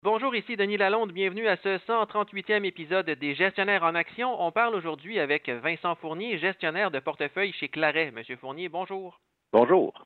Bonjour, ici Denis Lalonde. Bienvenue à ce 138e épisode des Gestionnaires en action. On parle aujourd'hui avec Vincent Fournier, gestionnaire de portefeuille chez Claret. Monsieur Fournier, bonjour. Bonjour.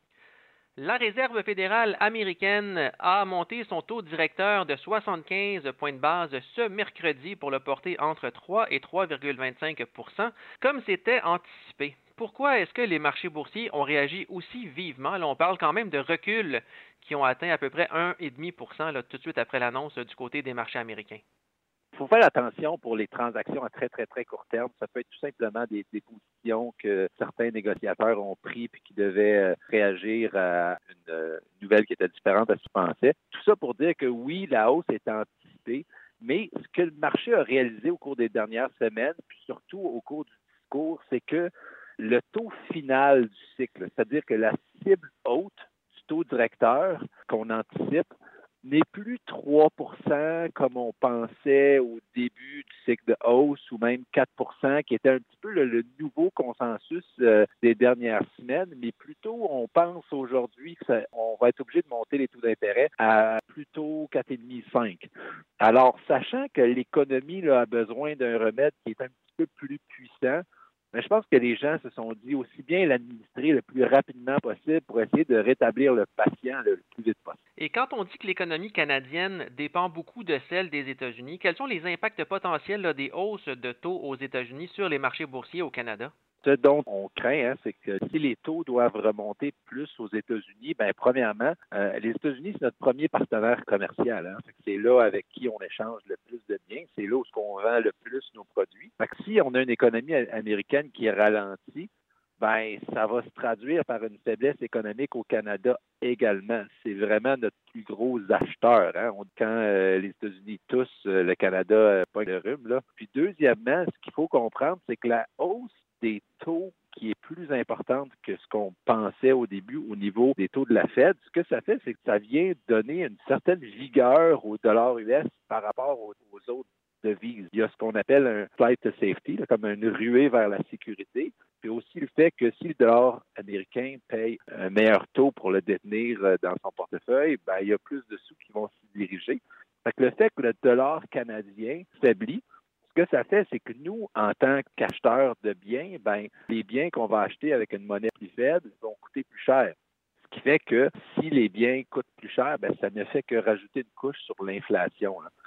La Réserve fédérale américaine a monté son taux directeur de 75 points de base ce mercredi pour le porter entre 3 et 3,25 comme c'était anticipé. Pourquoi est-ce que les marchés boursiers ont réagi aussi vivement? Là, on parle quand même de reculs qui ont atteint à peu près 1,5 là, tout de suite après l'annonce du côté des marchés américains. Il faut faire attention pour les transactions à très, très, très court terme. Ça peut être tout simplement des positions que certains négociateurs ont pris puis qui devaient réagir à une nouvelle qui était différente à ce qu'ils pensaient. Tout ça pour dire que oui, la hausse est anticipée, mais ce que le marché a réalisé au cours des dernières semaines, puis surtout au cours du discours, c'est que le taux final du cycle, c'est-à-dire que la cible haute du taux directeur qu'on anticipe, n'est plus 3 comme on pensait au début du cycle de hausse ou même 4 qui était un petit peu le nouveau consensus des dernières semaines, mais plutôt on pense aujourd'hui qu'on va être obligé de monter les taux d'intérêt à plutôt 4,5-5. Alors, sachant que l'économie là, a besoin d'un remède qui est un petit peu plus puissant, mais je pense que les gens se sont dit aussi bien l'administrer le plus rapidement possible pour essayer de rétablir le patient le plus vite possible. Et quand on dit que l'économie canadienne dépend beaucoup de celle des États-Unis, quels sont les impacts potentiels là, des hausses de taux aux États-Unis sur les marchés boursiers au Canada? Ce dont on craint, c'est que si les taux doivent remonter plus aux États-Unis, bien, premièrement, les États-Unis, c'est notre premier partenaire commercial. C'est là avec qui on échange le plus de biens. C'est là où on vend le plus nos produits. Fait que si on a une économie américaine qui ralentit, ben, ça va se traduire par une faiblesse économique au Canada également. C'est vraiment notre plus gros acheteur. Quand les États-Unis toussent, le Canada pogne le rhume. Là. Puis deuxièmement, ce qu'il faut comprendre, c'est que la hausse des taux qui est plus importante que ce qu'on pensait au début au niveau des taux de la Fed, ce que ça fait, c'est que ça vient donner une certaine vigueur au dollar US par rapport aux autres devises. Il y a ce qu'on appelle un flight to safety, là, comme une ruée vers la sécurité. Puis aussi le fait que si le dollar américain paye un meilleur taux pour le détenir dans son portefeuille, ben, il y a plus de sous qui vont s'y diriger. Fait que le fait que le dollar canadien s'affaiblit, ce que ça fait, c'est que nous, en tant qu'acheteurs de biens, ben, les biens qu'on va acheter avec une monnaie plus faible vont coûter plus cher. Ce qui fait que si les biens coûtent plus cher, ben, ça ne fait que rajouter une couche sur l'inflation. Là.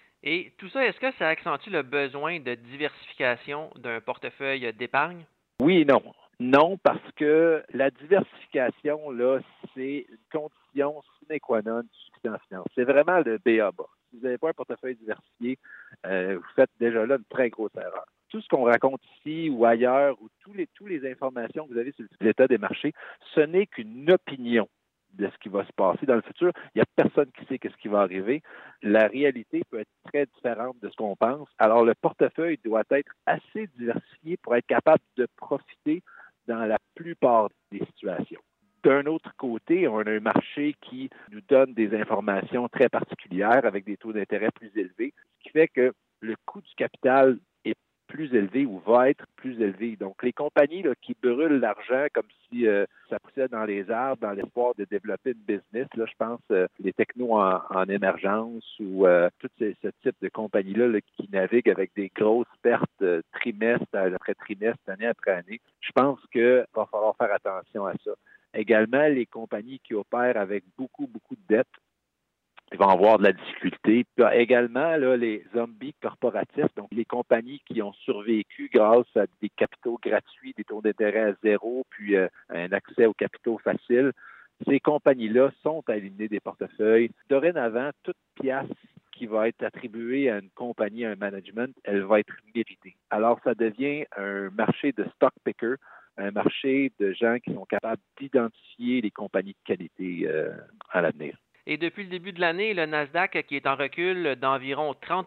Et tout ça, est-ce que ça accentue le besoin de diversification d'un portefeuille d'épargne? Oui et non. Non, parce que la diversification, là, c'est une condition sine qua non du succès en finance. C'est vraiment le B.A.-ba. Si vous n'avez pas un portefeuille diversifié, vous faites déjà là une très grosse erreur. Tout ce qu'on raconte ici ou ailleurs, ou toutes les informations que vous avez sur l'état des marchés, ce n'est qu'une opinion de ce qui va se passer dans le futur. Il n'y a personne qui sait ce qui va arriver. La réalité peut être très différente de ce qu'on pense. Alors, le portefeuille doit être assez diversifié pour être capable de profiter dans la plupart des situations. D'un autre côté, on a un marché qui nous donne des informations très particulières avec des taux d'intérêt plus élevés, ce qui fait que le coût du capital est plus élevé ou va être plus élevé. Donc, les compagnies là, qui brûlent l'argent comme si ça poussait dans les arbres dans l'espoir de développer une business, là, je pense les technos en émergence ou tout ce type de compagnies-là là, qui naviguent avec des grosses pertes trimestre après trimestre, année après année. Je pense qu'il va falloir faire attention à ça. Également, les compagnies qui opèrent avec beaucoup, beaucoup de dettes, ils vont avoir de la difficulté. Puis également, là, les zombies corporatifs, donc les compagnies qui ont survécu grâce à des capitaux gratuits, des taux d'intérêt à zéro, puis un accès aux capitaux faciles. Ces compagnies-là sont alignées des portefeuilles. Dorénavant, toute pièce qui va être attribuée à une compagnie, à un management, elle va être méritée. Alors, ça devient un marché de stock picker, un marché de gens qui sont capables d'identifier les compagnies de qualité à l'avenir. Et depuis le début de l'année, le Nasdaq qui est en recul d'environ 30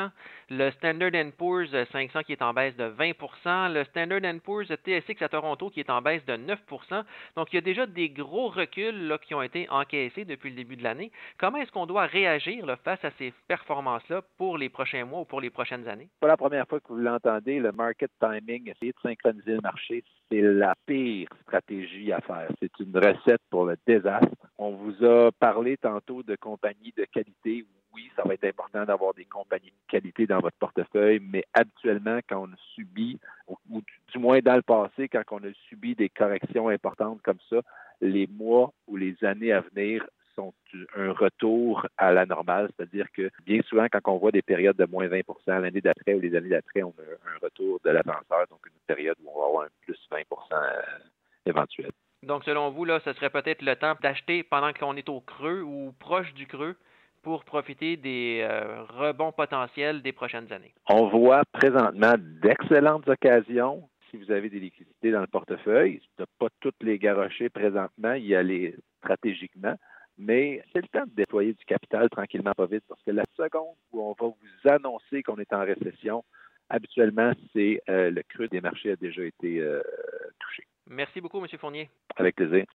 le Standard Poor's 500 qui est en baisse de 20 le Standard Poor's TSX à Toronto qui est en baisse de 9 Donc, il y a déjà des gros reculs là, qui ont été encaissés depuis le début de l'année. Comment est-ce qu'on doit réagir là, face à ces performances-là pour les prochains mois ou pour les prochaines années? C'est pas la première fois que vous l'entendez, le market timing, essayer de synchroniser le marché, c'est la pire stratégie à faire. C'est une recette pour le désastre. On vous a parlé tantôt de compagnies de qualité. Oui, ça va être important d'avoir des compagnies de qualité dans votre portefeuille, mais habituellement, quand on subit, ou du moins dans le passé, quand on a subi des corrections importantes comme ça, les mois ou les années à venir sont un retour à la normale, c'est-à-dire que bien souvent, quand on voit des périodes de moins 20 l'année d'après ou les années d'après, on a un retour de l'ascenseur, donc une période où on va avoir un plus 20 éventuel. Donc, selon vous, là, ce serait peut-être le temps d'acheter pendant qu'on est au creux ou proche du creux pour profiter des rebonds potentiels des prochaines années. On voit présentement d'excellentes occasions. Si vous avez des liquidités dans le portefeuille, ne pas toutes les garrocher présentement, y aller stratégiquement, mais c'est le temps de déployer du capital tranquillement, pas vite, parce que la seconde où on va vous annoncer qu'on est en récession, habituellement, c'est le creux des marchés a déjà été touché. Merci beaucoup, M. Fournier. Avec plaisir.